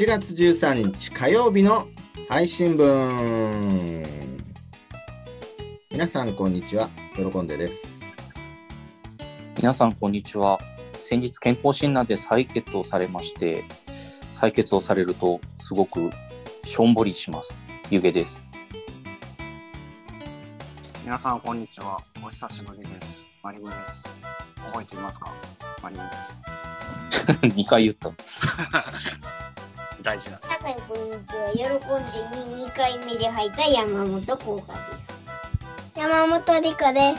8月13日火曜日の配信分。皆さんこんにちは、喜んでです。 皆さんこんにちは。先日健康診断で採血をされまして、採血をされるとすごくしょんぼりします。ゆげです。 皆さんこんにちは。お久しぶりです。マリムです。覚えていますか？マリムです。 2回言った。 大事な。 皆さんこんにちは。喜んで2回目で入った山本幸香です。山本理香です。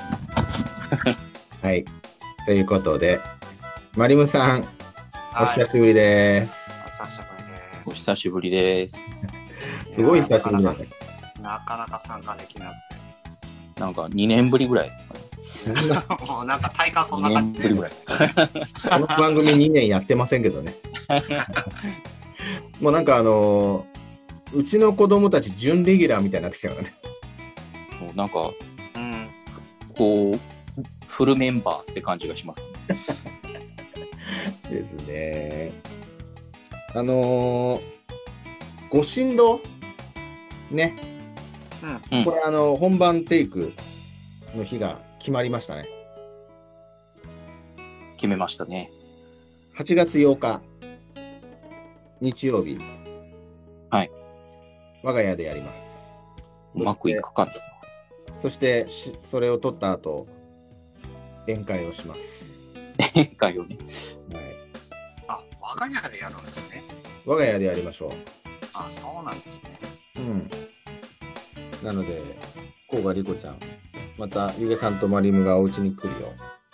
はい。ということで、マリムさん、お久しぶりです。 お久しぶりです。 お久しぶりです。 すごい久しぶりなんです。 なかなか参加できなくて。 なんか2年ぶりぐらいですかね。 もうなんか体感そんな感じです。 この番組2年やってませんけどね。もうなんかうちの子供たち準レギュラーみたいになってきたからね。 もうなんか、こうフルメンバーって感じがしますね。 ですね。ご神道ね。これ本番テイクの日が決まりましたね。 決めましたね。 8月8日日曜日。 はい。 我が家でやります。 うまくいくかな。 そしてそれを取った後、宴会をします。 宴会をね。 はい。 あ、我が家でやるんですね。 我が家でやりましょう。 あ、そうなんですね。 うん。なので、甲賀莉子ちゃん、またゆげさんとマリムがお家に来るよ。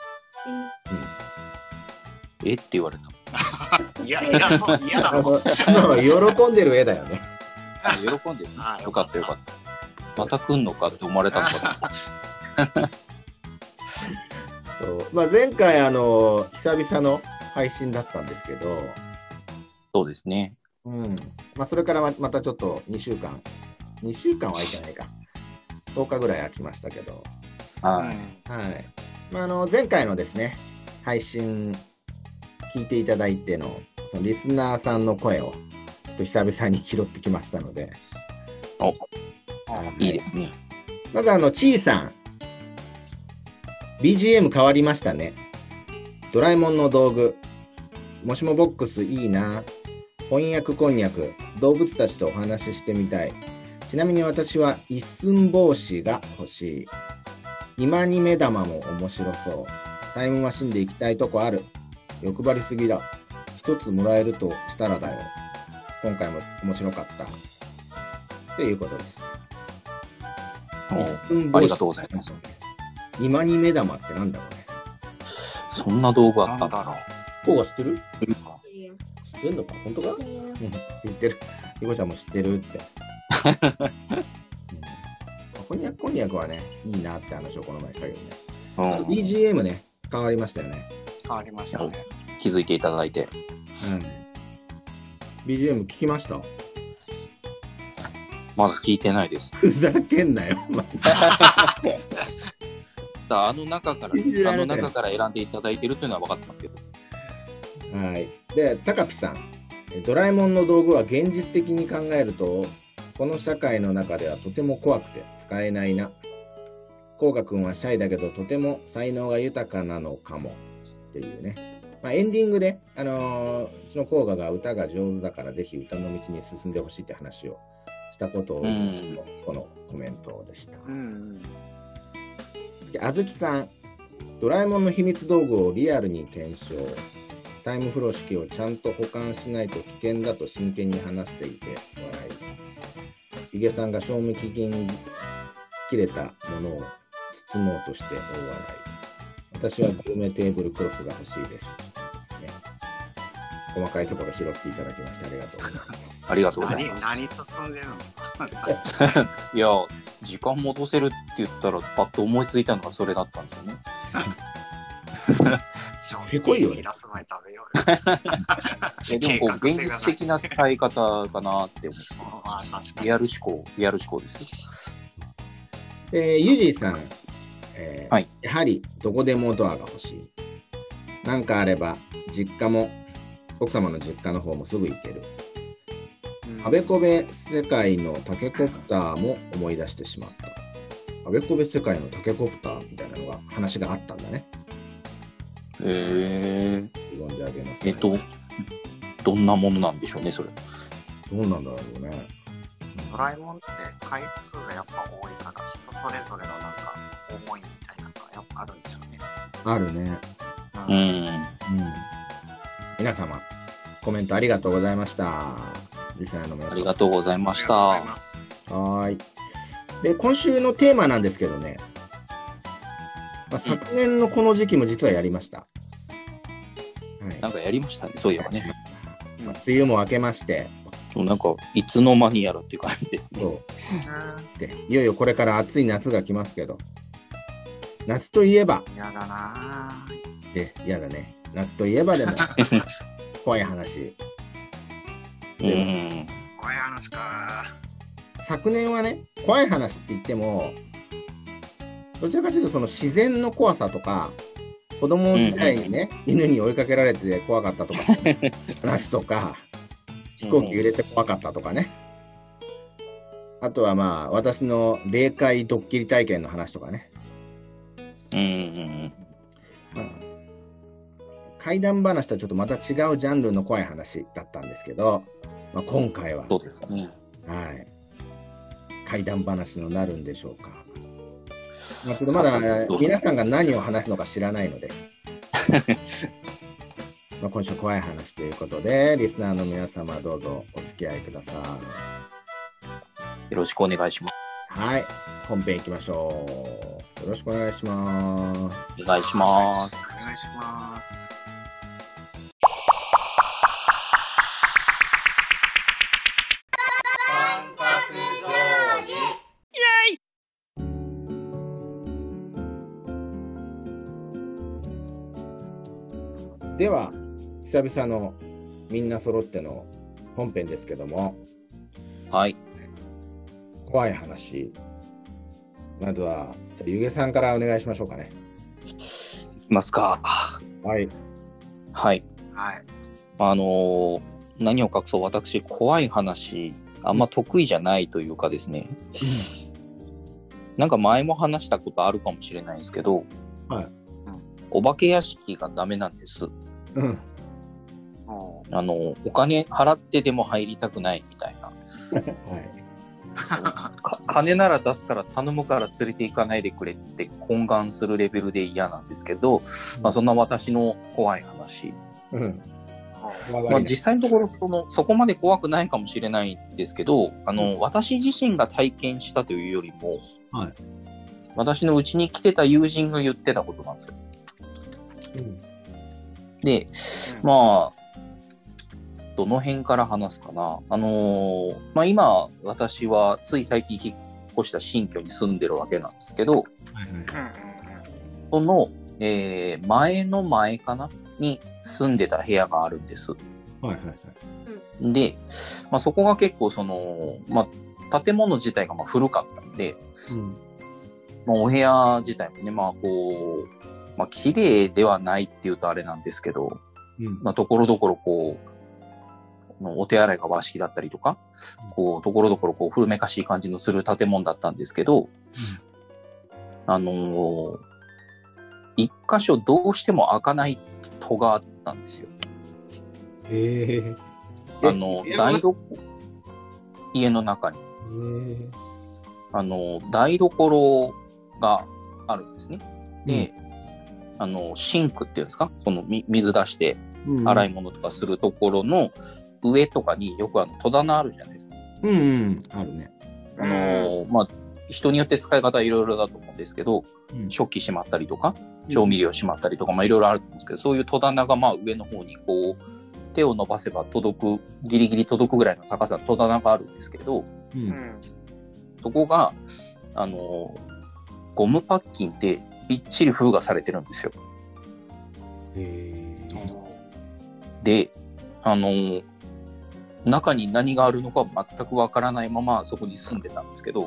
えって言われた。 いや、そう、嫌だろ。 喜んでる絵だよね。 喜んでる。よかったよかった。また来んのかって思われたのかな。 そう、前回久々の配信だったんですけど。 そうですね。 それからまたちょっと2週間は空いてないか。10日ぐらい空きましたけど。はい。前回のですね、配信聞いていただいての、そのリスナーさんの声をちょっと久々に拾ってきましたので。 いいですね。 まずちーさん。BGM 変わりましたね。ドラえもんの道具。もしもボックスいいな。翻訳こんにゃく。動物たちとお話ししてみたい。ちなみに私は一寸法師が欲しい。今に目玉も面白そう。タイムマシンで行きたいとこある。欲張りすぎだ。一つもらえるとしたらだよ。今回も面白かった。っていうことです。 ありがとうございます。 今に目玉ってなんだろうね。 そんな道具あったんだろう。 こうは知ってる？知ってんのか？本当か？知ってる。リコちゃんも知ってるって。こんにゃくはね、いいなって話をこの前したけどね。BGM ね、変わりましたよね。 変わりましたね。 気づいていただいて。 BGM 聞きました？ まだ聞いてないです。 ふざけんなよ、マジで。 あの中から選んでいただいてるというのは分かってますけど。 はい。で、たかぴさん。ドラえもんの道具は現実的に考えると、この社会の中ではとても怖くて使えないな。こうがくんはシャイだけどとても才能が豊かなのかもっていうね。エンディングで、うちのこうがが歌が上手だからぜひ歌の道に進んでほしいって話をしたことを、このコメントでした。で、あずきさん。ドラえもんの秘密道具をリアルに検証。タイムフロー式をちゃんと保管しないと危険だと真剣に話していて笑い。ゆげさんが賞味期限切れたものを包もうとして大笑い。私はグルメテーブルクロスが欲しいです、ね。細かいところ拾っていただきましてありがとうございます。 ありがとうございます。 何進んでるんですか？ いや、時間戻せるって言ったらパッと思いついたのがそれだったんですよね。 へこいよ。切らす前食べようよ。 でも現実的な使い方かなって思って。 確かに。 リアル思考ですよ。 ゆじいさん、 はい、 やはりどこでもドアが欲しい。なんかあれば実家も奥様の実家の方もすぐ行ける。 あべこべ世界のタケコプターも思い出してしまった。あべこべ世界のタケコプターみたいなのが話があったんだね。読んであげます、ね。 どんなものなんでしょうね、それ。 どうなんだろうね。 ドラえもんって回数がやっぱ多いから、人それぞれのなんか思いみたいなのがやっぱあるんでしょうね。 あるね。皆様、コメントありがとうございました。リスナーの皆さん。 ありがとうございました。 はい。で、今週のテーマなんですけどね、昨年のこの時期も実はやりました。はい、 なんかやりましたね、そういえばね。 梅雨も明けまして。 なんか、いつの間にやるっていう感じですね。 で、いよいよこれから暑い夏が来ますけど、夏といえば、 やだなぁ。 で、やだね。夏といえばでも、怖い話。 怖い話か。 昨年はね、怖い話って言っても、どちらかというとその自然の怖さとか、子供時代にね、犬に追いかけられて怖かったとか、話とか、飛行機揺れて怖かったとかね。あとはまあ、私の霊界ドッキリ体験の話とかね。まあ、怪談話とはちょっとまた違うジャンルの怖い話だったんですけど、今回は、 そうですね。 はい。怪談話のなるんでしょうか。まだ皆さんが何を話すのか知らないので、今週怖い話ということで、リスナーの皆様どうぞお付き合いください。 よろしくお願いします。 はい。本編行きましょう。よろしくお願いします。 お願いします。 お願いします。 では久々のみんな揃っての本編ですけども、 はい、 怖い話、まずはじゃあゆげさんからお願いしましょうかね。 いきますか。 はいはい。 何を隠そう、私怖い話あんま得意じゃないというかですね、なんか前も話したことあるかもしれないんですけど、 はい、 お化け屋敷がダメなんです。お金払ってでも入りたくないみたいな。金なら出すから頼むから連れて行かないでくれって懇願するレベルで嫌なんですけど、そんな私の怖い話。実際のところそこまで怖くないかもしれないんですけど、私自身が体験したというよりも、私のうちに来てた友人が言ってたことなんですよ。で、どの辺から話すかな。今、私はつい最近引っ越した新居に住んでるわけなんですけど、その、前の前かなに住んでた部屋があるんです。で、そこが結構建物自体が古かったんで、お部屋自体もね、綺麗ではないっていうとあれなんですけど、ところどころお手洗いが和式だったりとか、ところどころ古めかしい感じのする建物だったんですけど、一箇所どうしても開かない戸があったんですよ。台所、家の中に。台所があるんですね。で、シンクっていうんですか、水出して洗い物とかするところの上とかによく戸棚あるじゃないですか。 あるね。 人によって使い方はいろいろだと思うんですけど、食器しまったりとか、調味料しまったりとか、いろいろあると思うんですけど、そういう戸棚が上の方に手を伸ばせばギリギリ届くぐらいの高さの戸棚があるんですけど、そこが、ゴムパッキンでびっちり封がされてるんですよ。で、中に何があるのか全くわからないままそこに住んでたんですけど、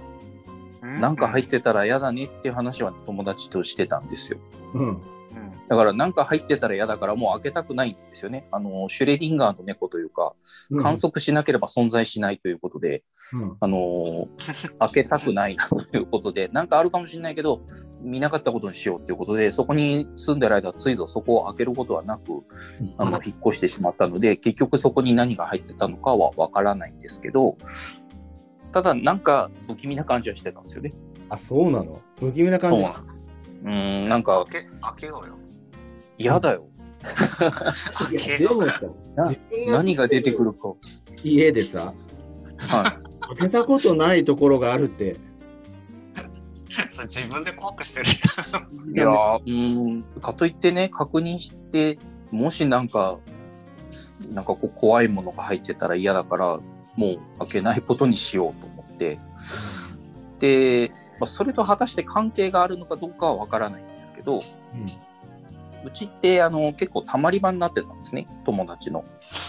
なんか入ってたら嫌だねっていう話は友達としてたんですよ。 だからなんか入ってたら嫌だからもう開けたくないんですよね。シュレディンガーの猫というか、観測しなければ存在しないということで、開けたくないなということで、なんかあるかもしれないけど、見なかったことにしようということで、そこに住んでる間、ついぞそこを開けることはなく、引っ越してしまったので、結局そこに何が入ってたのかはわからないんですけど、ただなんか不気味な感じはしてたんですよね。 あ、そうなの？不気味な感じ。 なんか、 開けようよ。 嫌だよ。 開けでよう。 もさ、 何が出てくるか。 家でさ、開けたことないところがあるって。 それ自分で怖くしてる。 いやかといってね、確認して、もしなんかこう怖いものが入ってたら嫌だから、もう開けないことにしようと思って。で、それと果たして関係があるのかどうかはわからないんですけど、うちって結構たまり場になってたんですね、友達の。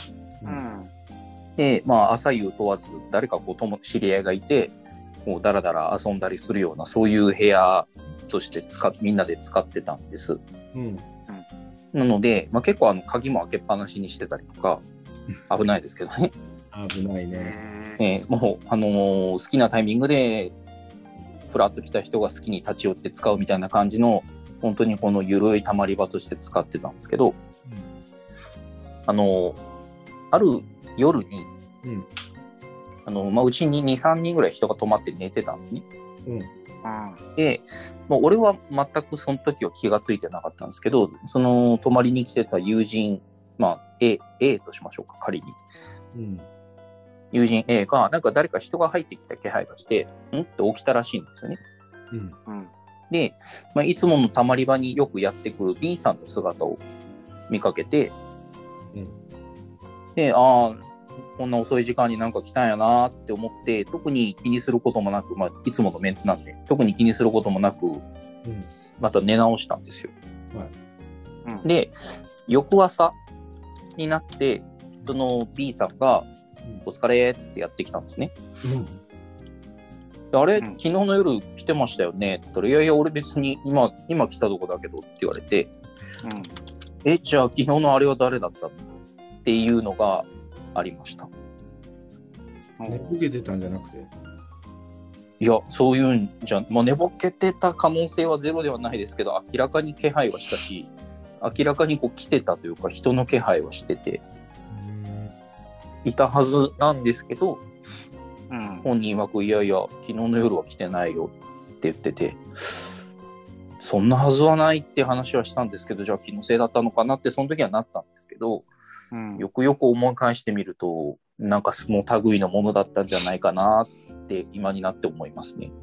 で、朝夕問わず誰かこう知り合いがいて、もうだらだら遊んだりするような、そういう部屋としてみんなで使ってたんです。なので、結構鍵も開けっぱなしにしてたりとか、危ないですけどね。 危ないね。 もう、好きなタイミングで、ふらっと来た人が好きに立ち寄って使うみたいな感じの、本当にこの緩いたまり場として使ってたんですけど、ある夜に、うちに2、3人ぐらい人が泊まって寝てたんですね。で、俺は全くその時は気がついてなかったんですけど、その泊まりに来てた友人、A としましょうか、仮に。友人 A が、なんか誰か人が入ってきた気配がして、って起きたらしいんですよね。で、いつものたまり場によくやってくる B さんの姿を見かけて、で、こんな遅い時間になんか来たんやなって思って、特に気にすることもなく、いつものメンツなんで、特に気にすることもなく、また寝直したんですよ。で、翌朝になって、その B さんが、お疲れーっつってやってきたんですね。あれ、昨日の夜来てましたよねって言ったら、いやいや、俺別に今来たとこだけどって言われて、じゃあ昨日のあれは誰だったのっていうのがありました。 寝ぼけてたんじゃなくて？ いや、そういうんじゃ、寝ぼけてた可能性はゼロではないですけど、明らかに気配はしたし、明らかにこう来てたというか、人の気配はしてて、いたはずなんですけど、本人曰く、いやいや、昨日の夜は来てないよって言ってて、そんなはずはないって話はしたんですけど、じゃあ気のせいだったのかなってその時はなったんですけど、よくよく思い返してみると、なんかその類のものだったんじゃないかなって今になって思いますね。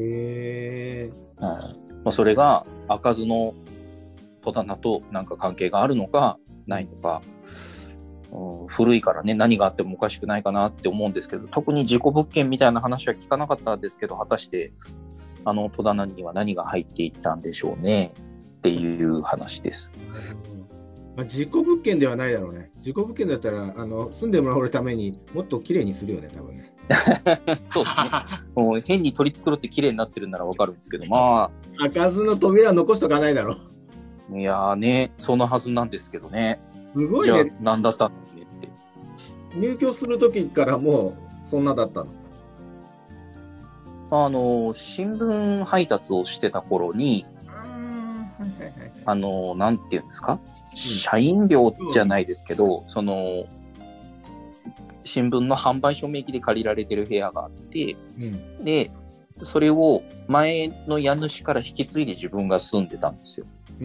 それが開かずの戸棚となんか関係があるのかないのか、古いからね、何があってもおかしくないかなって思うんですけど、特に事故物件みたいな話は聞かなかったんですけど、果たして戸棚には何が入っていったんでしょうねっていう話です。 事故物件ではないだろうね。事故物件だったら住んでもらうためにもっと綺麗にするよね、多分ね。 そうですね。もう変に取り繕って綺麗になってるならわかるんですけど、 開かずの扉残しとかないだろう。いやーね、そのはずなんですけどね。 すごいね。 じゃあ何だったんだねって。 入居する時からもうそんなだったの？新聞配達をしてた頃に、なんていうんですか、社員寮じゃないですけど、その新聞の販売証明機で借りられてる部屋があって、でそれを前の家主から引き継いで自分が住んでたんですよ。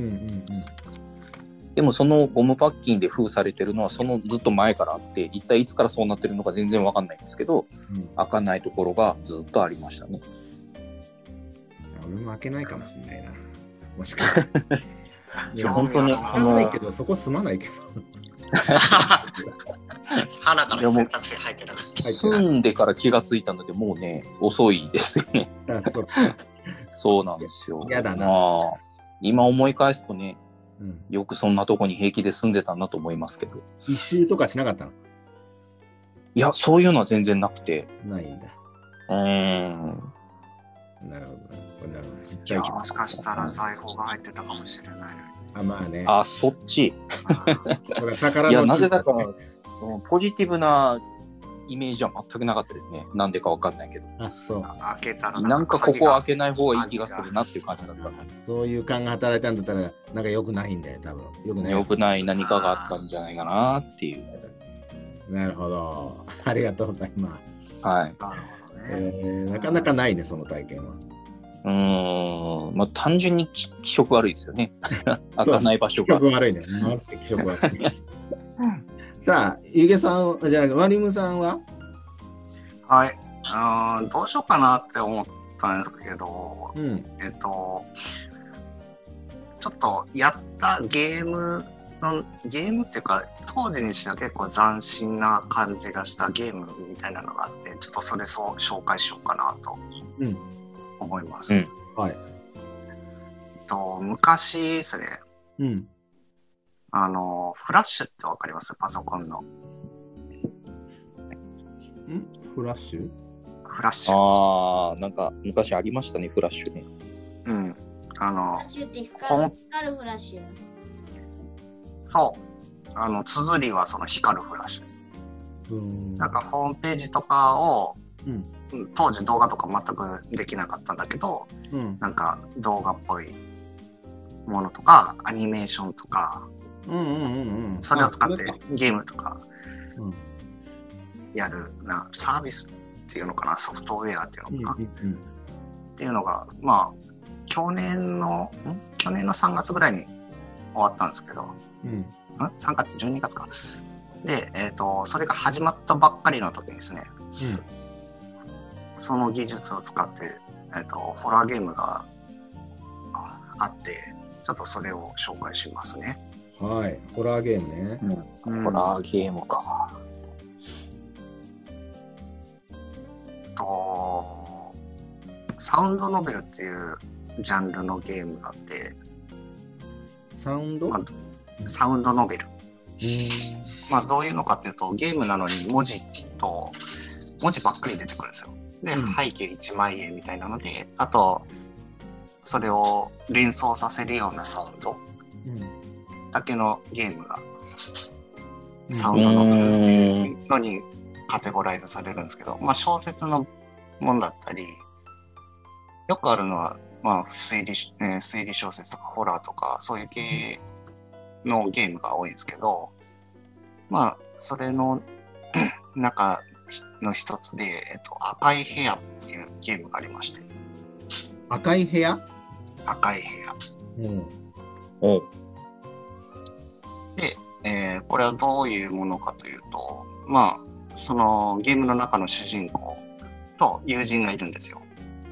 でもそのゴムパッキンで封されてるのはそのずっと前からあって、一体いつからそうなってるのか全然わかんないんですけど、開かないところがずっとありましたね。 俺も開けないかもしれないな。もしかして。 いや本当に開かないけどそこ住まないけど。 腹から選択肢入ってなかった。 住んでから気がついたのでもうね遅いですよね。そうなんですよ。 嫌だな。 今思い返すとね。よくそんなとこに平気で住んでたなと思いますけど。 異臭とかしなかったの？ いや、そういうのは全然なくて。 ないんだ。 なるほど。 なるほど。実いや体験。 もしかしたら財宝が入ってたかもしれない。 あ、まあね。 あ、そっち。 これ宝のいや、なぜだか、ポジティブなイメージは全くなかったですね。なんでかわかんないけど。 あ、そう。 開けたらなんかここは開けない方がいい気がするなっていう感じだった。 そういう感が働いたんだったら、なんか良くないんだよ、多分。良くない。 良くない何かがあったんじゃないかなっていう。 なるほど。ありがとうございます。 はい。 なるほどね。 なかなかないね、その体験は。 まあ単純に気色悪いですよね。開かない場所が。 気色悪いね。まず気色悪い。さあ、ゆげさん、じゃなくて、ワリムさんははい。どうしようかなって思ったんですけど、 うん。 ちょっとやったゲームっていうか、当時にしては結構斬新な感じがしたゲームみたいなのがあって、ちょっとそれ紹介しようかなと思います。 はい。 昔ですね、フラッシュってわかります？パソコンの。 フラッシュ？ フラッシュ。 ああ、なんか昔ありましたね、フラッシュね。 フラッシュって光るフラッシュ。 そう。綴りはその光るフラッシュ。なんかホームページとかを、当時動画とか全くできなかったんだけど、なんか動画っぽいものとか、アニメーションとか、それを使ってゲームとかやるサービスっていうのかな、ソフトウェアっていうのかな、っていうのが、まあ、去年の3月ぐらいに終わったんですけど、3月、12月か。で、それが始まったばっかりの時にですね、その技術を使って、ホラーゲームがあって、ちょっとそれを紹介しますね。 はい、ホラーゲームね。 ホラーゲームか。 サウンドノベルっていうジャンルのゲームがあって、サウンドノベル。まあどういうのかっていうと、ゲームなのに文字ばっかり出てくるんですよ。で、背景1枚絵みたいなので、あとそれを連想させるようなサウンドだけのゲームがサウンドノベルっていうのにカテゴライズされるんですけど、まあ小説のものだったり、よくあるのは、まあ推理小説とかホラーとかそういう系のゲームが多いんですけど、まあそれの中の一つで、赤い部屋っていうゲームがありまして。 赤い部屋？ 赤い部屋。で、これはどういうものかというと、まあそのゲームの中の主人公と友人がいるんですよ。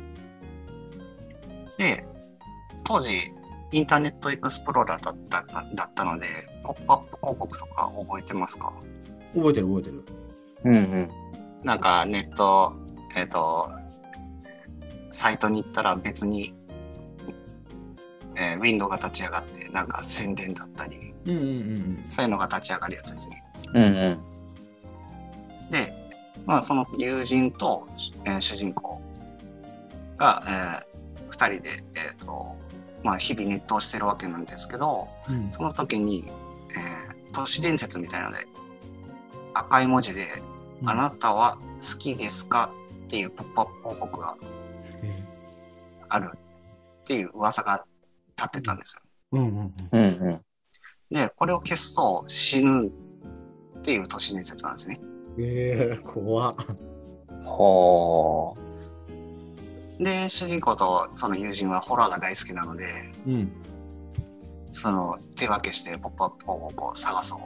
で、当時インターネットエクスプローラーだったので、ポップアップ広告とか覚えてますか？ 覚えてる。 なんかネット、サイトに行ったら別に、ウィンドウが立ち上がって、なんか宣伝だったり、そういうのが立ち上がるやつですね。で、まあその友人と、主人公が、2人で、まあ日々ネットをしてるわけなんですけど、その時に、都市伝説みたいなので、赤い文字で、あなたは好きですかっていうポップアップ広告があるっていう噂が立ってたんですよ。で、これを消すと死ぬっていう都市伝説なんですね。 怖っ。 はあ。で、主人公とその友人はホラーが大好きなので、その手分けしてポップアップ広告を探そう。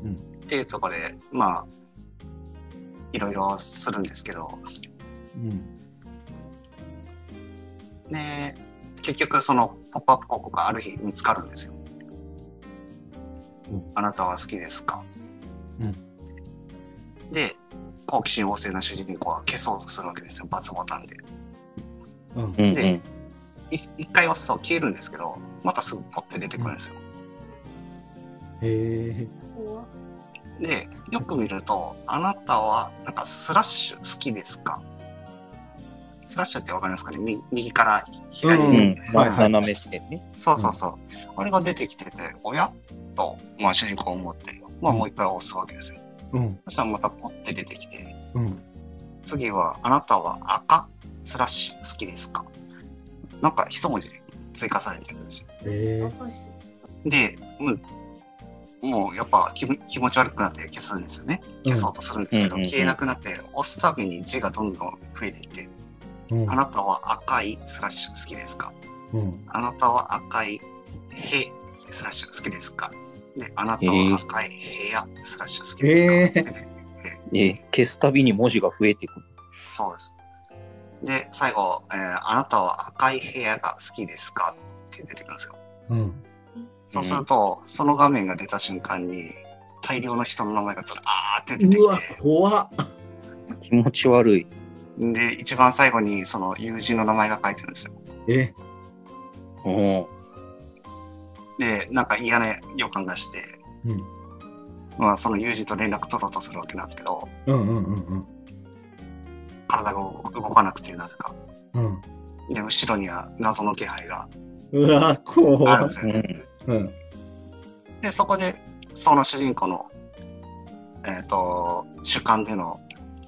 っていうところで、まあ、いろいろするんですけど、で、結局そのポップアップ広告がある日見つかるんですよ。あなたは好きですか？で、好奇心旺盛な主人公は消そうとするわけですよ、×ボタンで。で、一回押すと消えるんですけど、またすぐポッて出てくるんですよ。で、よく見ると、あなたはなんかスラッシュ好きですか？ スラッシュってわかりますかね、右から左に、 斜めしてね。 そうそうそう。あれが出てきてて、おやと、まあ主人公思って、まあもう一回押すわけですよ。そしたらまたポッて出てきて、次は、あなたは赤スラッシュ好きですか？なんか一文字追加されてるんですよ。で、もうやっぱ気持ち悪くなって消すんですよね。消そうとするんですけど、消えなくなって押すたびに字がどんどん増えていって、あなたは赤いスラッシュ好きですか？あなたは赤いへスラッシュ好きですか？で、あなたは赤い部屋スラッシュ好きですか？ 消すたびに文字が増えていく。 そうです。で、最後、あなたは赤い部屋が好きですか？って出てくるんですよ。そうすると、その画面が出た瞬間に、大量の人の名前がずらーって出てきて。うわ、 怖っ。 気持ち悪い。 で、一番最後に、その友人の名前が書いてるんですよ。で、なんか嫌な予感がして、まあ、その友人と連絡取ろうとするわけなんですけど、体が動かなくて、なぜか。で、後ろには謎の気配があるんですよ。で、そこで、その主人公の、主観での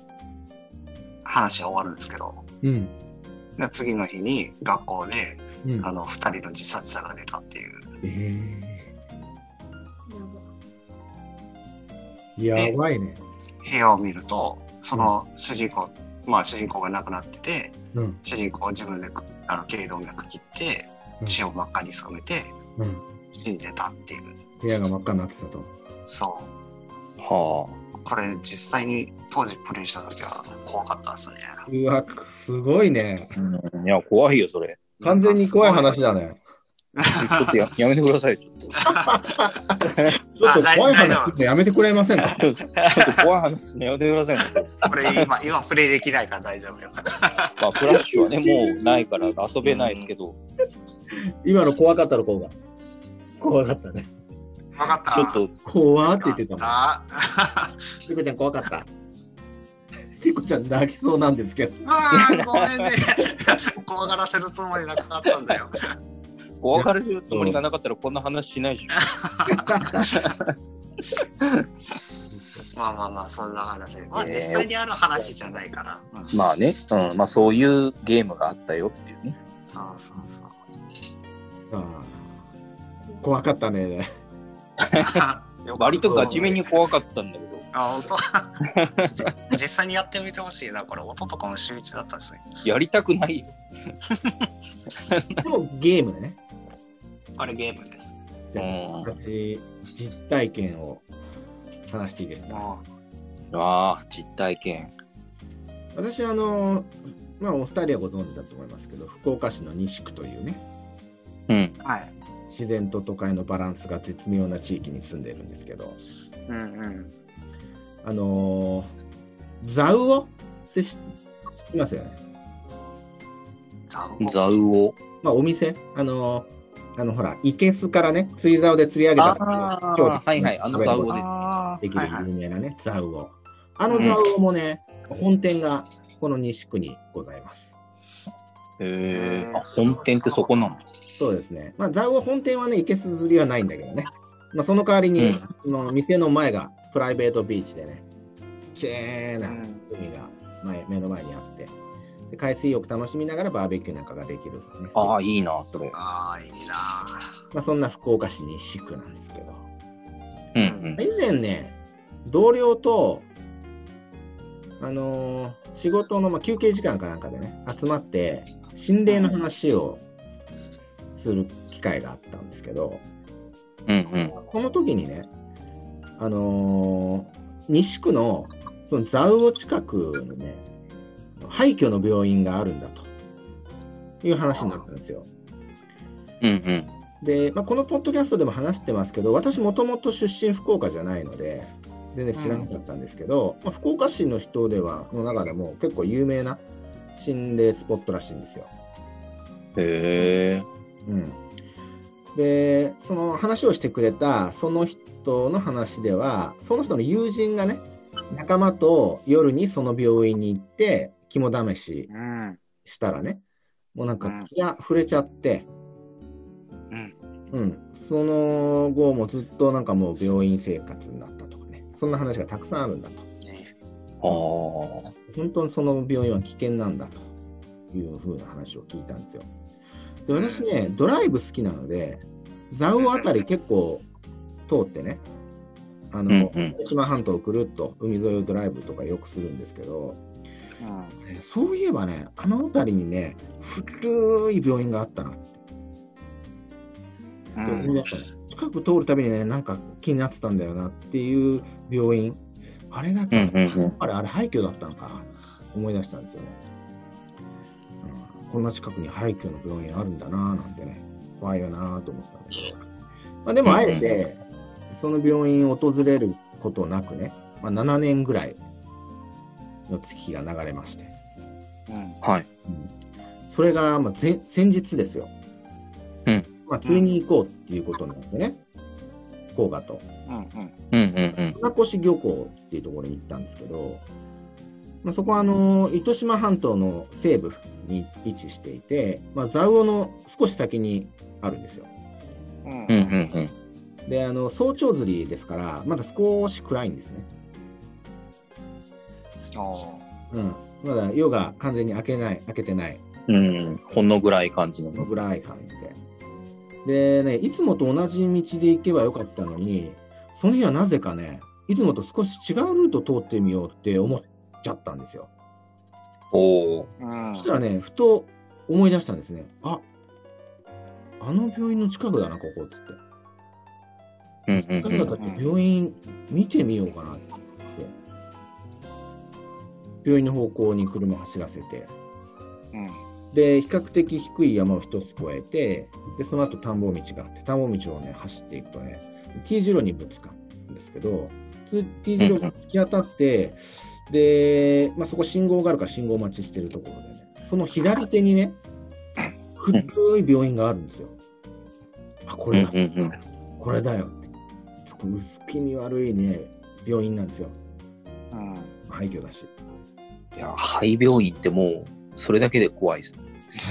話が終わるんですけど、で次の日に学校で、2人の自殺者が出たっていう。 やばいね。 部屋を見ると、その主人公が亡くなってて、主人公は自分で頸動脈切って、血を真っ赤に染めて、死んでたっていう。 部屋が真っ赤になってたと。 そう。これ実際に当時プレイした時は怖かったですね。 うわ、すごいね。 いや、怖いよ、それ。 完全に怖い話だね。 ちょっとやめてください、ちょっと。 ちょっと怖い話やめてくれませんか？ ちょっと怖い話やめてください。 これ今プレイできないから大丈夫よ。 まあ、フラッシュはね、もうないから遊べないですけど。 今の怖かったの方が。怖かったね。 怖かった。 ちょっと怖って言ってたもん。テコちゃん怖かった。テコちゃん泣きそうなんですけど。 ごめんね。怖がらせるつもりなかったんだよ。 怖がらせるつもりがなかったらこんな話しないでしょ。 まあ、そんな話。まあ、実際にある話じゃないから。 まあね、まあそういうゲームがあったよっていうね。 そう。 怖かったね。 割とガチめに怖かったんだけど。 本当実際にやってみてほしいな。これ音とかも秀逸だったですね。 やりたくないよ。 でもゲームね。 これゲームです。 じゃあ私実体験を話していいですか？ 実体験。 私まあお二人はご存知だと思いますけど、福岡市の西区というね、 はい、 自然と都会のバランスが絶妙な地域に住んでるんですけど、ザウオって知ってますよね？ ザウオ。 まあお店ほらいけすからね、釣り竿で釣り上げた時のはいはい、ザウオですね。できる有名なね、ザウオ。ザウオもね、本店がこの西区にございます。 本店ってそこなの？ そうですね。まあザウオ本店はね、いけす釣りはないんだけどね。まあその代わりに、店の前がプライベートビーチでね、きれいな海が目の前にあって、で海水浴楽しみながらバーベキューなんかができる、ね。 いいな、それ。 いいな。 まあそんな福岡市西区なんですけど。 以前ね、同僚と、仕事の、休憩時間かなんかでね、集まって、心霊の話をする機会があったんですけど、この時にね、西区のそのザウオ近くにね、廃墟の病院があるんだという話になったんですよ。で、このポッドキャストでも話してますけど、私もともと出身福岡じゃないので全然知らなかったんですけど、福岡市の人ではの中でも結構有名な心霊スポットらしいんですよ。で、その話をしてくれたその人の話では、その人の友人がね、仲間と夜にその病院に行って肝試ししたらね、もうなんか気が触れちゃって、その後もずっとなんかもう病院生活になったとかね、そんな話がたくさんあるんだと。本当にその病院は危険なんだというふうな話を聞いたんですよ。で、私ね、ドライブ好きなので、蔵王あたり結構通ってね、大島半島をくるっと海沿いをドライブとかよくするんですけど、そういえばね、あの辺りにね、古い病院があったなって思いましたね。近く通るたびにね、なんか気になってたんだよなっていう病院、あれだったのか、あれ廃墟だったのか、思い出したんですよね。こんな近くに廃墟の病院あるんだななんてね、怖いよなと思ったんだけど、まあ、でもあえてその病院を訪れることなくね、まあ、7年ぐらいの月が流れまして、それがまあ先日ですよ、まあ、釣りに行こうっていうことになってね、甲賀と船越漁港っていうところに行ったんですけど、まあ、そこは糸島半島の西部に位置していて、まあ、蔵王の少し先にあるんですよ。で、早朝釣りですからまだ少し暗いんですね。まだ夜が完全に明けてない、 ほんのぐらい感じの、 ほんのぐらい感じでね、いつもと同じ道で行けばよかったのに、その日はなぜかね、いつもと少し違うルート通ってみようって思っちゃったんですよ。そしたらね、ふと思い出したんですね。あの病院の近くだな、ここっつって。だって病院見てみようかなって。病院の方向に車走らせて、で比較的低い山を一つ越えて、でその後田んぼ道があって、田んぼ道をね走っていくとね、 T 字路にぶつかるんですけど、T 字路に突き当たって、で、まあ、そこ信号があるから信号待ちしてるところでね、その左手にね古い病院があるんですよ。これだ、これだよって。薄気味悪いね病院なんですよ。廃墟だし。 いや、廃病院ってもうそれだけで怖いですね。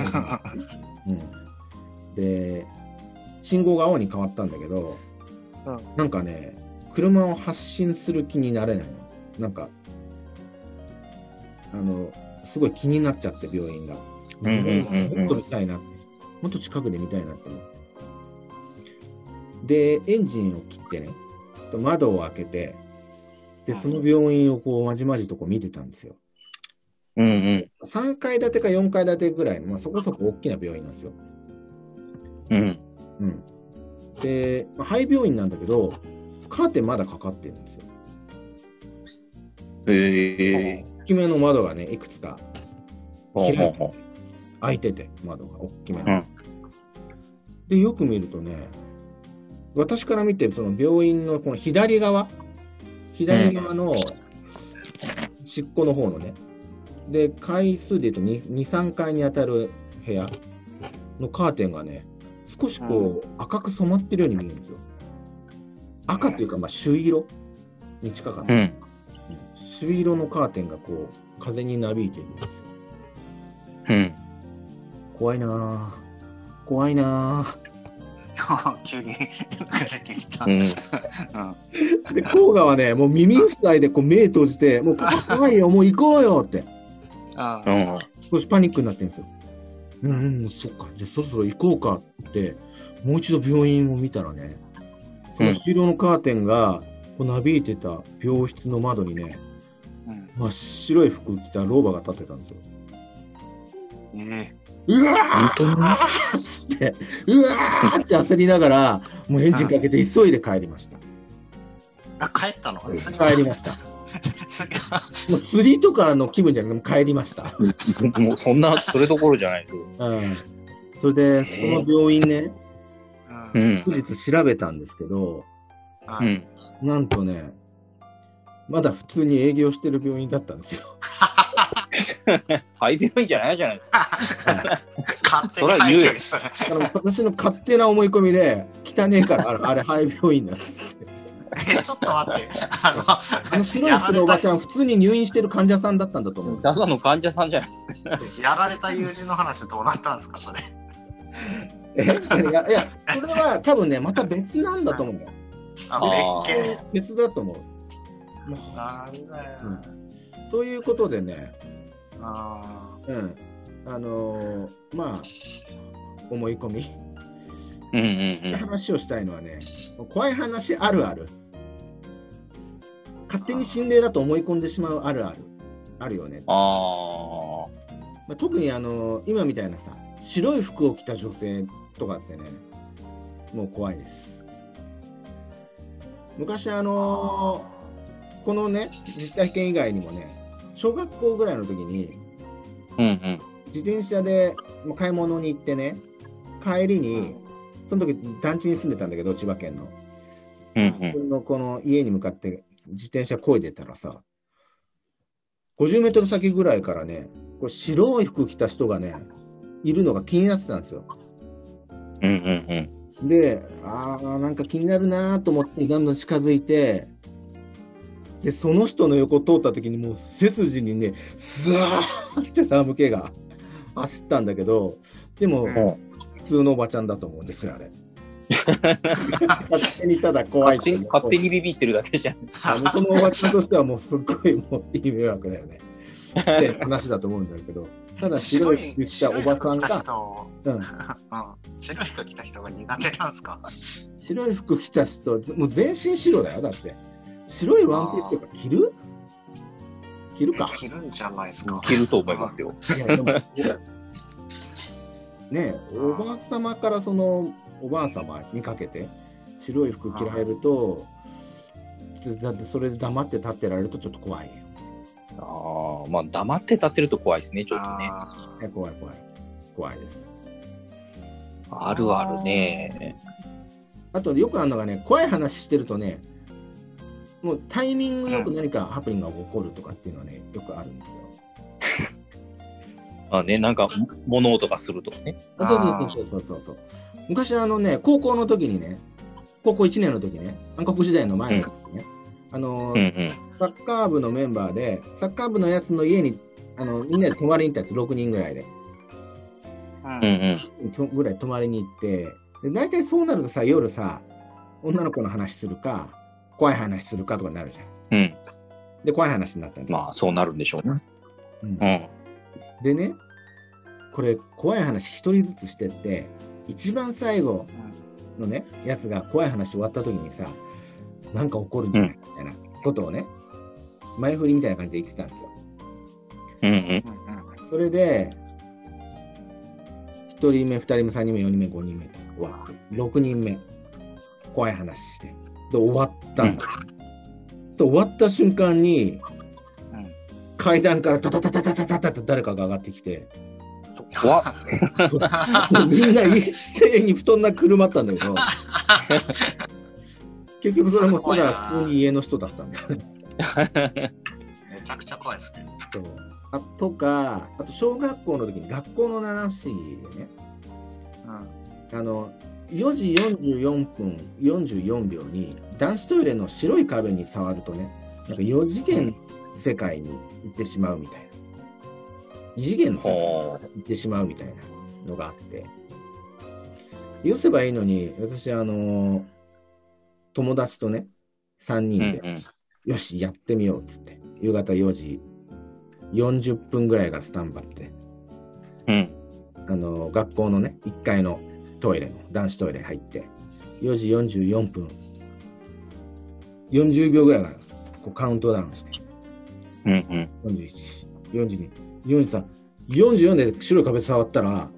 で、信号が青に変わったんだけど、なんかね、車を発進する気になれないの。なんかすごい気になっちゃって、病院が。もっと見たいなって、もっと近くで見たいなって思って。で、エンジンを切ってね、窓を開けて、でその病院をこうまじまじとこう見てたんですよ。3階建てか4階建てぐらいの、まあ、そこそこ大きな病院なんですよ。で、まあ、廃病院なんだけど、カーテンまだかかってるんですよ。大きめの窓がね、いくつか開いてて、窓が大きめの。で、よく見るとね、私から見て、その病院のこの左側の尻尾の方のね、で、階数で言うと2、3階に当たる部屋のカーテンがね、少しこう赤く染まってるように見えるんですよ。赤っていうか、まあ、朱色に近かった。朱色のカーテンがこう、風になびいてるんですよ。怖いなぁ。怖いなぁ。 急に出てきた。 で、甲賀はね、もう耳塞いでこう目閉じて、もう怖いよ、もう行こうよって。少しパニックになってるんですよ。そっか、じゃあそろそろ行こうかって、もう一度病院を見たらね、その朱色のカーテンがこうなびいてた病室の窓にね、真っ白い服着た老婆が立ってたんですよ。うわーって、うわーって焦りながら、もうエンジンかけて急いで帰りました。 帰ったの？ 帰りました。もう釣りとかの気分じゃなくて帰りました。 もうそんな、それどころじゃないです。それで、その病院ね、後日調べたんですけど、なんとね、まだ普通に営業してる病院だったんですよ。 廃病院じゃないですか。 それは言うよ。 私の勝手な思い込みで、汚ねえから、あれ廃病院なんですって。 ちょっと待って。 白い服のおばちゃん、普通に入院してる患者さんだったんだと思う。 ただの患者さんじゃないですか。 やられた友人の話どうなったんですか、それ。 いや、それは多分ね、また別なんだと思うよ。別だと思う。 なんだよ。 ということでね、 あまあ、思い込み。話をしたいのはね、怖い話あるある。勝手に心霊だと思い込んでしまうあるある。あるよね。特に今みたいなさ、白い服を着た女性とかってね、もう怖いです。昔このね、実体験以外にもね、小学校ぐらいの時に、自転車で買い物に行ってね、帰りに、その時団地に住んでたんだけど、千葉県の。自分のこの家に向かって自転車漕いでたらさ、50メートル先ぐらいからね、これ白い服着た人がね、いるのが気になってたんですよ。で、なんか気になるなと思ってどんどん近づいて、で、その人の横を通った時にもう背筋にね、スワーって寒気が走ったんだけど、でも、普通のおばちゃんだと思うんですよ、あれ。勝手にただ怖い。 勝手にビビってるだけじゃん。 このおばちゃんとしてはもうすっごいもういい迷惑だよね。って話だと思うんだけど、ただ白い服着たおばさんが、 白い服着た人が苦手なんですか？ 白い服着た人、もう全身白だよ、だって。白いワンピースとか着る？着るか。 着るんじゃないですか。 着ると思いますよ。 ねえ、おばあ様からそのおばあ様にかけて白い服着られると、だってそれで黙って立ってられるとちょっと怖いよ。 まあ黙って立ってると怖いですね、ちょっとね。 怖いです。 あるあるね。 あとよくあるのがね、怖い話してるとね、もうタイミングよく何かハプニングが起こるとかっていうのはね、よくあるんですよ。 なんか物音がするとかね。 そう。昔高校の時にね、高校1年の時ね、暗黒時代の前の時にね、サッカー部のメンバーで、サッカー部のやつの家にみんなで泊まりに行ったやつ、6人ぐらいで。ぐらい泊まりに行って、で大体そうなるとさ、夜さ、女の子の話するか、怖い話するかとかになるじゃん。で、怖い話になったんですよ。 まあ、そうなるんでしょうね。 でね、これ、怖い話一人ずつしてって、一番最後のね、やつが怖い話終わった時にさ、なんか起こるんじゃないみたいなことをね、前振りみたいな感じで言ってたんですよ。それで、1人目、2人目、3人目、4人目、5人目と、6人目、怖い話して、で、終わったんだ。終わった瞬間に、階段からタタタタタタタタタ誰かが上がってきて、 怖っみんな一斉に布団がくるまったんだけど、結局それもただ普通に家の人だったんだよね。 めちゃくちゃ怖いですね。 そう。あと小学校の時に学校の七不思議でね、4時44分44秒に男子トイレの白い壁に触るとね、なんか4次元の世界に行ってしまうみたいな。異次元の世界に行ってしまうみたいなのがあって。よせばいいのに、私、友達とね、3人で、よし、やってみようっつって、夕方4時40分ぐらいからスタンバって、学校のね、1階のトイレの男子トイレ入って、4時44分、40秒ぐらいからこうカウントダウンして、41、42、43、44で白い壁触ったら、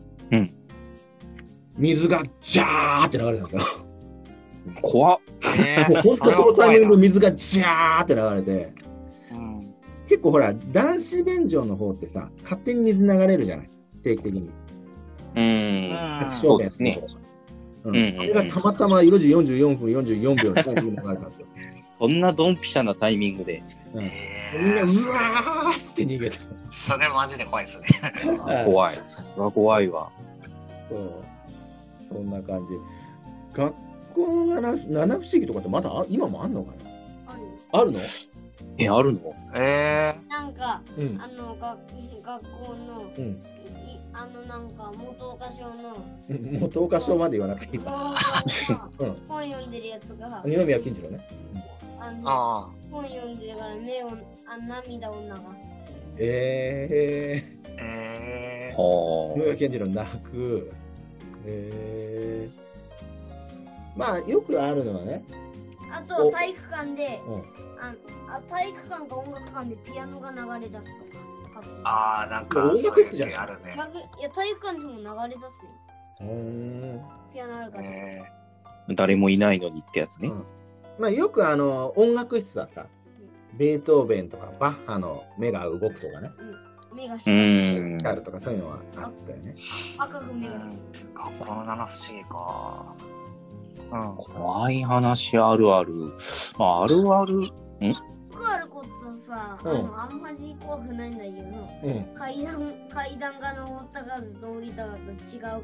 水がジャーって流れたんですよ。 怖っ。 本当そのタイミング水がジャーって流れて、結構ほら、男子便所の方ってさ、勝手に水流れるじゃない、定期的に。 そうですね。 それがたまたま4時44分44秒で流れたんですよ。 そんなドンピシャなタイミングで。 みんな、うわーって逃げた。 それマジで怖いですね。 怖い。それは怖いわ。 そんな感じ。学校七不思議とかってまだ今もあんのかな？あるの？ あるの？ なんか、学校の、なんか元岡小の元岡小まで言わなくていいか。 本読んでるやつが二宮金次郎ね。 本読んでるから涙を流す。 二宮金次郎泣く。まあよくあるのはね。 あと体育館で、体育館か音楽館でピアノが流れ出すとか。 なんか音楽室じゃあるね。 いや体育館でも流れ出すね。ピアノあるから。 誰もいないのにってやつね。 まあよく音楽室はさ、ベートーベンとかバッハの目が動くとかね。 目が光るとかそういうのはあったよね。 赤く目が。 学校の七不思議か。 怖い話あるある。あるある。 あることさ、あんまり怖くないんだけど、階段が登った数と降りた数と違うから。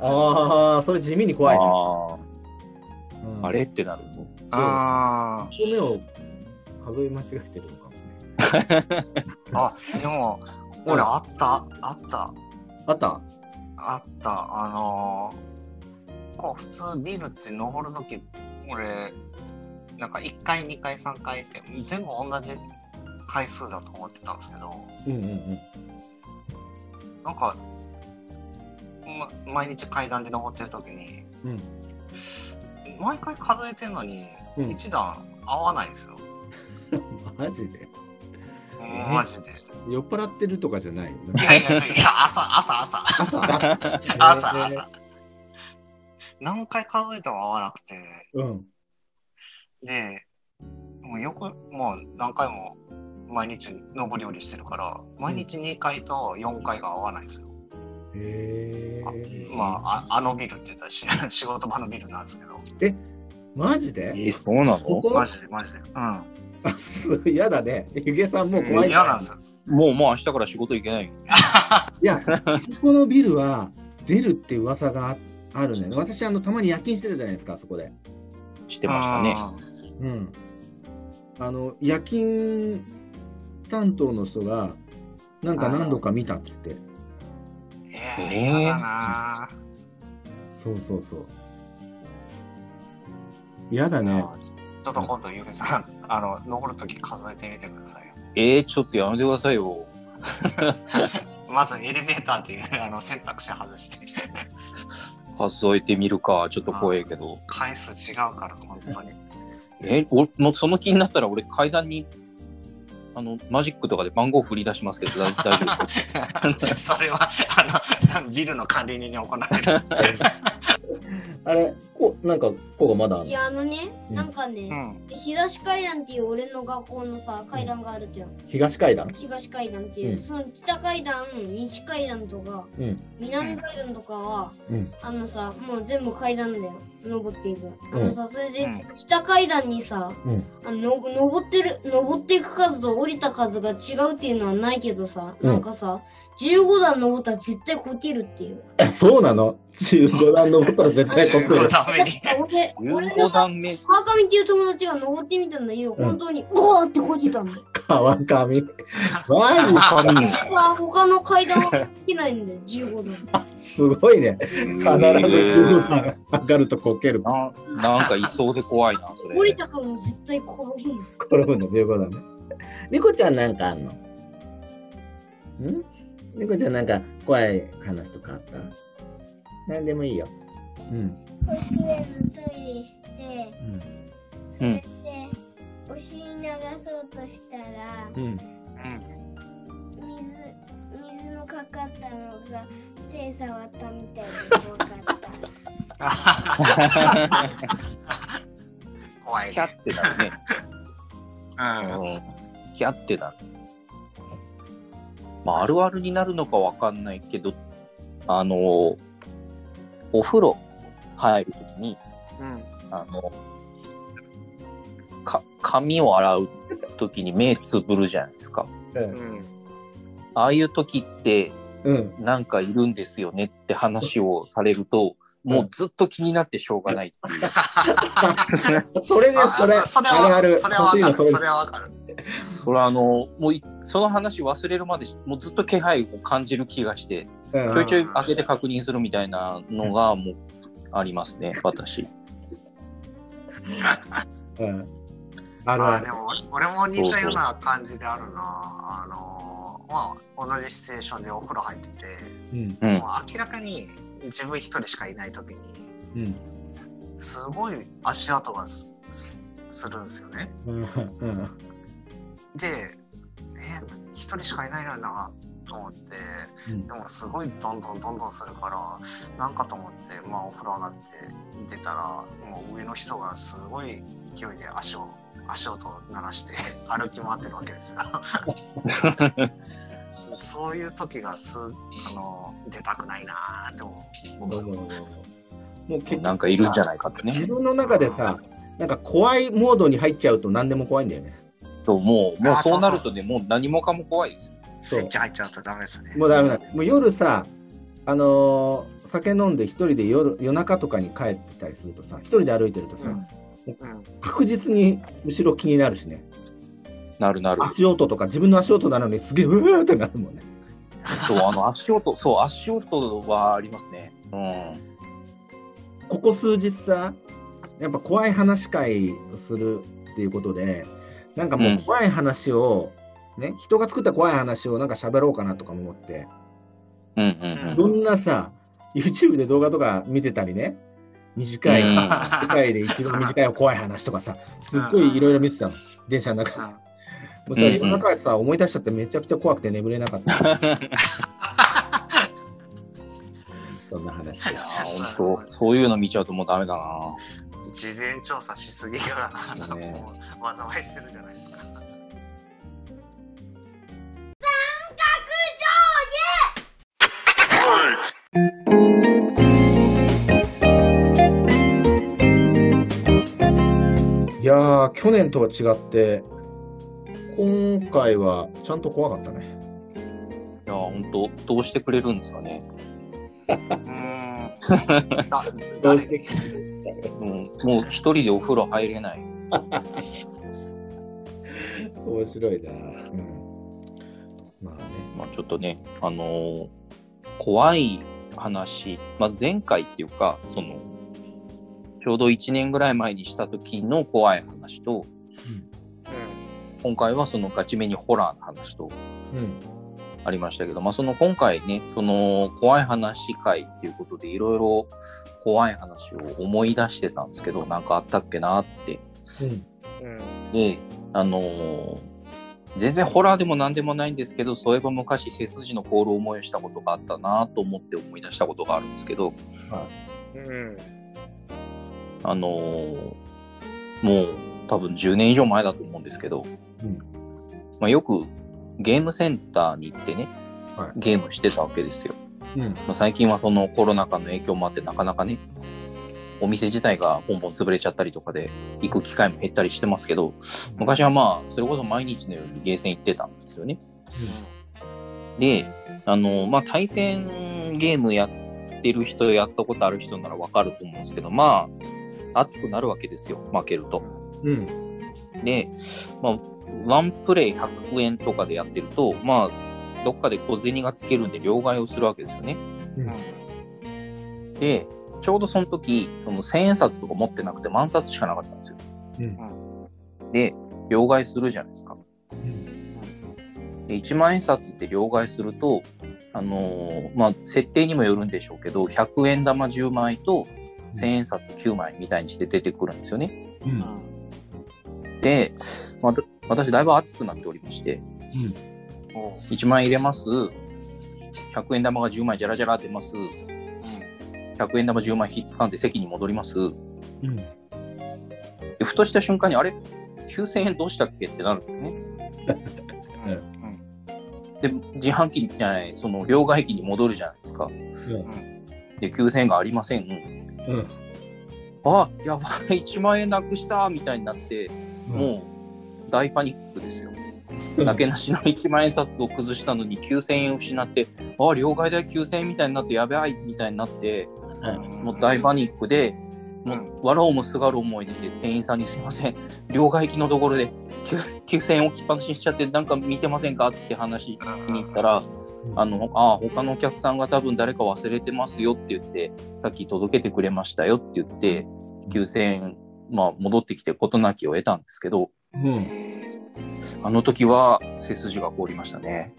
それ地味に怖いね。 あれってなるの？ 目を数え間違えてるのかもしれない。でも、俺あった。こう普通ビルって登るとき、俺、なんか1階、2階、3階って全部同じ回数だと思ってたんですけど、なんか、毎日階段で登ってるときに、毎回数えてんのに、1段合わないんですよ。 マジで？ マジで。 酔っ払ってるとかじゃない？ いや、朝。何回数えても合わなくて、で、もう何回も毎日上り下りしてるから、毎日2階と4階が合わないんですよ。あのビルって言ったら仕事場のビルなんですけど。 マジで？ そうなの？ マジで。 嫌だね。ゆげさんもう怖い。 嫌なんですよ。 もう明日から仕事行けないよ。 いや、そこのビルは出るって噂があるね。私たまに夜勤してたじゃないですか、そこで。 してましたね。 夜勤担当の人がなんか何度か見たっつって。 嫌だな。 そう。嫌だね。 ちょっと今度ゆげさん登るとき数えてみてくださいよ。 ちょっとやめてくださいよ。 まずエレベーターっていう選択肢外して数えてみるか。ちょっと怖いけど回数違うから本当に。 もうその気になったら俺階段にマジックとかで番号振り出しますけど大丈夫？それはビルの管理人に行われる。 あれなんかこうがまだあるの？ いやなんかね、東階段っていう俺の学校のさ階段があるじゃん。 東階段っていう、その北階段、西階段とか、南階段とかは、もう全部階段だよ。登っていく。それで北階段にさ、登っていく数と降りた数が違うっていうのはないけどさ、なんかさ、15段登ったら絶対こけるっていう。 そうなの？15段登ったら絶対こける。 15段目。 川上っていう友達が登ってみたんだけど、本当にゴーってこけたの。 川上。マジ他の階段はこけないんだよ、15段。 すごいね。必ず15段上がるとこける。 なんかいそうで怖いな、それ。 降りたかも絶対転ぶんだ、15段ね。猫ちゃんなんかあんの？猫ちゃんなんか怖い話とかあった？なんでもいいよ。 保育園のトイレして、それでお尻流そうとしたら、水のかかったのが手触ったみたいで怖かった。 怖い。 キャってなるね。キャってなる。あるあるになるのかわかんないけど、お風呂入るときに、髪を洗うときに目つぶるじゃないですか。ああいうときって、なんかいるんですよねって話をされると、 もうずっと気になってしょうがないっていう。 それで、 それはわかる。 それはもうその話忘れるまでもうずっと気配を感じる気がして、ちょいちょい開けて確認するみたいなのがもうありますね、私。 でも俺も似たような感じであるな。同じシチュエーションでお風呂入ってて、もう明らかに自分一人しかいない時に、すごい足跡がするんですよね。で、一人しかいないのになと思って、でもすごいどんどんするからなんかと思って、お風呂上がって出たらもう上の人がすごい勢いで足音鳴らして歩き回ってるわけですよ。そういう時が出たくないなーって思う。 もうなんかいるんじゃないかってね。 自分の中でさ、なんか怖いモードに入っちゃうと何でも怖いんだよね。 もうそうなるとね、もう何もかも怖いですよ。 スイッチ入っちゃうとダメですね。 もうダメだ。もう夜さ、酒飲んで一人で夜中とかに帰ってたりするとさ、一人で歩いてるとさ、確実に後ろ気になるしね。 なる。 足音とか自分の足音なのにすげえうーってなるもんね。 足音はありますね。 ここ数日さ、やっぱ怖い話会をするっていうことで、なんかもう怖い話を、ね、人が作った怖い話をなんか喋ろうかなとか思って、いろんなさ、YouTube で動画とか見てたりね、短い、世界で一番短い怖い話とかさ、すっごいいろいろ見てたの、電車の中で。もうさ、夜中でさ、思い出しちゃってめちゃくちゃ怖くて眠れなかった。そんな話。 本当、そういうの見ちゃうともうダメだな。 事前調査しすぎが、もう災いしてるじゃないですか。 いやー、去年とは違って今回はちゃんと怖かったね。 いやー、本当どうしてくれるんですかね。 どうしてもう一人でお風呂入れない。 面白いな。 ちょっとね、怖い話、前回っていうか、ちょうど1年ぐらい前にした時の怖い話と、今回はそのガチめにホラーの話とありましたけど、その今回ね、その怖い話会っていうことでいろいろ怖い話を思い出してたんですけど、なんかあったっけなって。で、全然ホラーでも何でもないんですけど、そういえば昔背筋の凍る思いをしたことがあったなと思って思い出したことがあるんですけど、もう多分10年以上前だと思うんですけど、よくゲームセンターに行ってね、ゲームしてたわけですよ。最近はそのコロナ禍の影響もあってなかなかね、お店自体がポンポン潰れちゃったりとかで行く機会も減ったりしてますけど、昔はそれこそ毎日のようにゲーセン行ってたんですよね。で、対戦ゲームやってる人、やったことある人ならわかると思うんですけど、熱くなるわけですよ、負けると。で、ワンプレイ100円とかでやってると、どっかで小銭がつけるんで両替をするわけですよね。で、ちょうどその時、その1000円札とか持ってなくて万札しかなかったんですよ。で、両替するじゃないですか。で、1万円札って両替すると、設定にもよるんでしょうけど、100円玉10枚と1000円札9枚みたいにして出てくるんですよね。で、私だいぶ熱くなっておりまして、1万円入れます。100円玉が10枚ジャラジャラ出ます。100円玉10枚ひっつかんで席に戻ります。でふとした瞬間に、あれ ?9000 円どうしたっけってなるんですよね。で、自販機じゃない、その両替機に戻るじゃないですか。で、9000円がありません。あ、やばい、1万円なくしたみたいになって、もう大パニックですよ。だけなしの1万円札を崩したのに9000円失って、 両替代9000円みたいになってやばいみたいになって、もう大パニックで、もう笑おうもすがる思いで店員さんにすいません、両替機のところで9000円置きっぱなしにしちゃってなんか見てませんかって話聞きに行ったら、他のお客さんが多分誰か忘れてますよって言って、さっき届けてくれましたよって言って、9000円、戻ってきて事なきを得たんですけど、あの時は背筋が凍りましたね。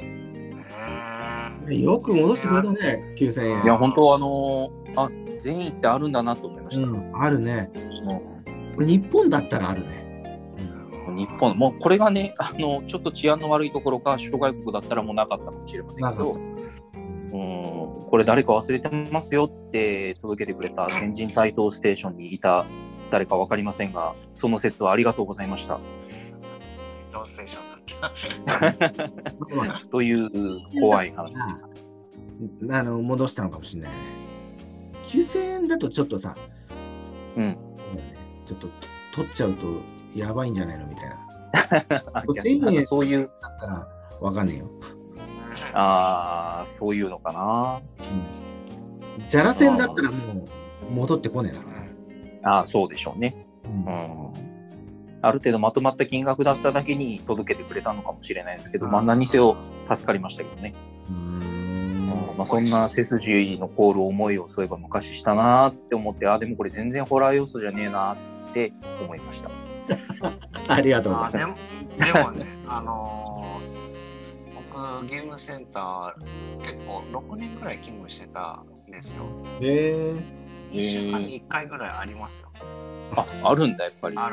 よく戻してくれたね、9000円。 いや、本当善意ってあるんだなと思いました。 あるね。日本だったらあるね。 日本、もうこれがね、ちょっと治安の悪いところか、諸外国だったらもうなかったかもしれませんけど、これ誰か忘れてますよって届けてくれた天神台東ステーションにいた誰か分かりませんが、その説はありがとうございました。 ステーションだった。 という怖い話。 戻したのかもしれないね。9000円だとちょっとさ、ちょっと取っちゃうとやばいんじゃないのみたいな。1000円そういうだったらわかんねえよ。 そういうのかな。 じゃらせんだったらもう戻ってこねえだろ。 そうでしょうね。ある程度まとまった金額だっただけに届けてくれたのかもしれないですけど、何にせよ助かりましたけどね。そんな背筋の凍る思いをそういえば昔したなーって思って、でもこれ全然ホラー要素じゃねえなって思いました。 ありがとうございます。 でもね、僕ゲームセンター結構6年くらい勤務してたんですよ。 1 週間に1回ぐらいありますよ。 あるんだ、やっぱり。 ある。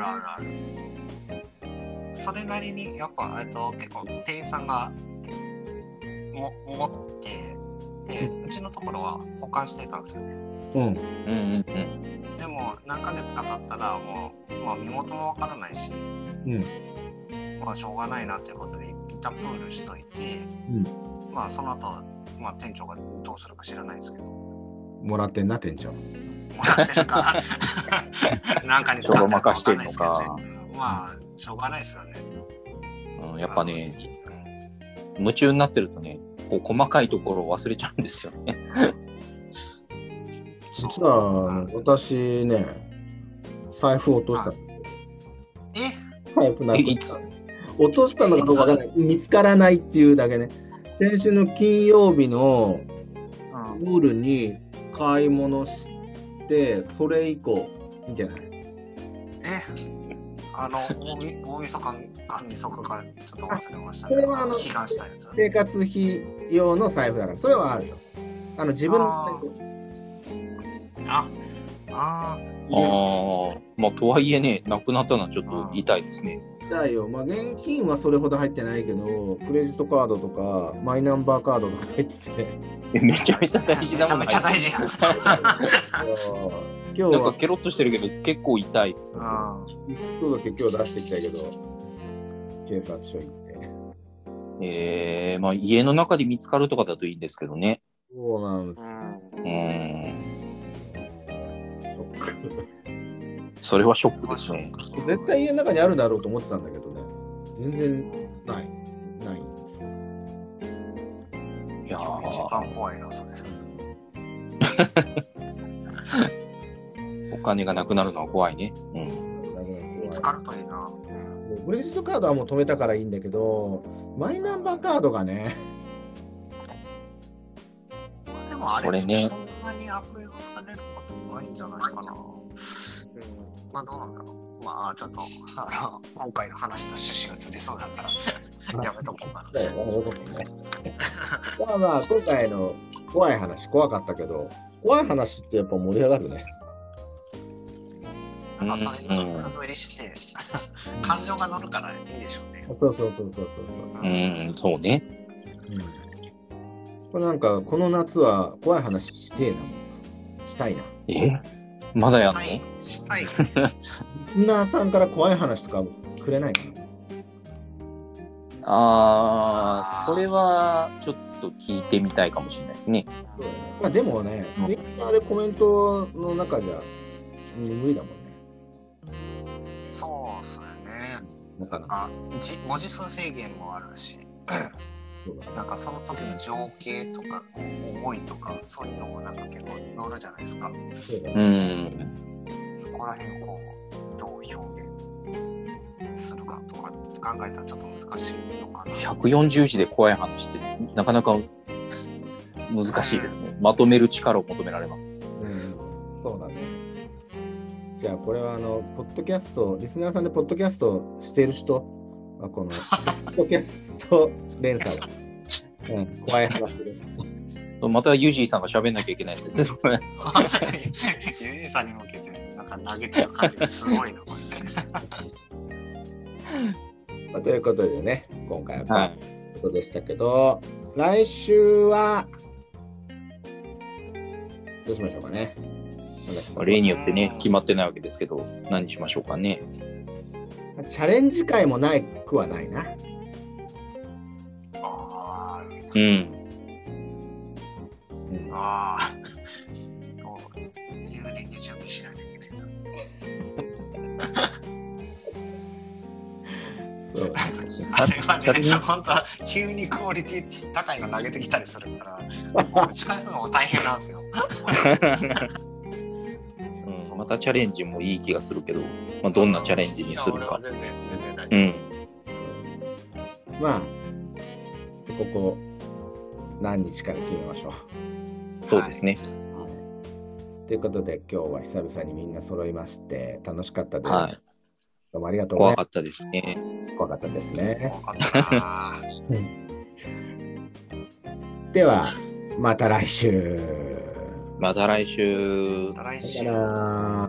それなりにやっぱ結構店員さんが持ってで、うちのところは保管してたんですよね。でも何ヶ月か経ったらもう、身元もわからないし、しょうがないなということで一旦プールしといて、その後、店長がどうするか知らないんですけど。 もらってんな、店長。 もらってるかなんかに使ってるか分かんないですけどね。しょうがないですよね。 やっぱね、夢中になってるとね、細かいところを忘れちゃうんですよね。 実は私ね、財布落とした。財布なくした。落としたのかどうかわからない。見つからないっていうだけね。先週の金曜日の夜に買い物して、それ以降見てない。 大晦日かちょっと忘れましたね。これは祈願したやつ。 生活費用の財布だから、それはあるよ。自分の財布。 とはいえね、なくなったのはちょっと痛いですね。 痛いよ。現金はそれほど入ってないけど、クレジットカードとか、マイナンバーカードとか入ってて。 めちゃめちゃ大事なもの。 めちゃめちゃ大事や。 今日なんかケロッとしてるけど結構痛いですね。 そうだけ今日出してきたけど、警察署行って。 家の中で見つかるとかだといいんですけどね。 そうなんです。ショック。それはショックですね。 絶対家の中にあるだろうと思ってたんだけどね。全然ないんです。 いやー。 一番怖いな、それ。 お金がなくなるのは怖いね。 見つかるといいな。 クレジットカードはもう止めたからいいんだけど、マイナンバーカードがね。 でもあれってそんなに悪用されることないんじゃないかな。どうなんだろう。ちょっと今回の話と趣旨がずれそうだからやめとこうかな。 今回の怖い話、怖かったけど、怖い話ってやっぱ盛り上がるね。 それに付随して感情が乗るからいいでしょうね。 そうそうね。 これなんかこの夏は怖い話したいな。 まだやんの？ したい。 リスナーさんから怖い話とかくれないかな。それはちょっと聞いてみたいかもしれないですね。 でもね、ツイッターでコメントの中じゃ無理だもんね。 そうっすよね。なんか文字数制限もあるし。 なんかその時の情景とかこう思いとかそういうのもなんか結構乗るじゃないですか。そこら辺をこうどう表現するかとか考えたらちょっと難しいのかな。 140字で怖い話ってなかなか難しいですね。まとめる力を求められます。 そうだね。じゃあこれはポッドキャスト、リスナーさんでポッドキャストしてる人はこのポッドキャスト連鎖怖い話です。 またユージーさんが喋んなきゃいけないですね。 ユージーさんに向けてなんか投げてる感じがすごいなこれ。ということでね、今回はこういうことでしたけど、来週はどうしましょうかね。 例によってね、決まってないわけですけど、何しましょうかね。 チャレンジ会もないくはないな。 有利に準備しないといけないぞ。 そうあれはね、本当は急にクオリティ高いの投げてきたりするから、打ち返すのも大変なんですよ。 またチャレンジもいい気がするけど、どんなチャレンジにするか。 全然大丈夫。まあ、ここ何日から決めましょう。 そうですね。 ということで、今日は久々にみんな揃いまして、楽しかったです。 はい、 どうもありがとうございます。 怖かったですね。 怖かったですね。では、また来週。 また来週。 また来週。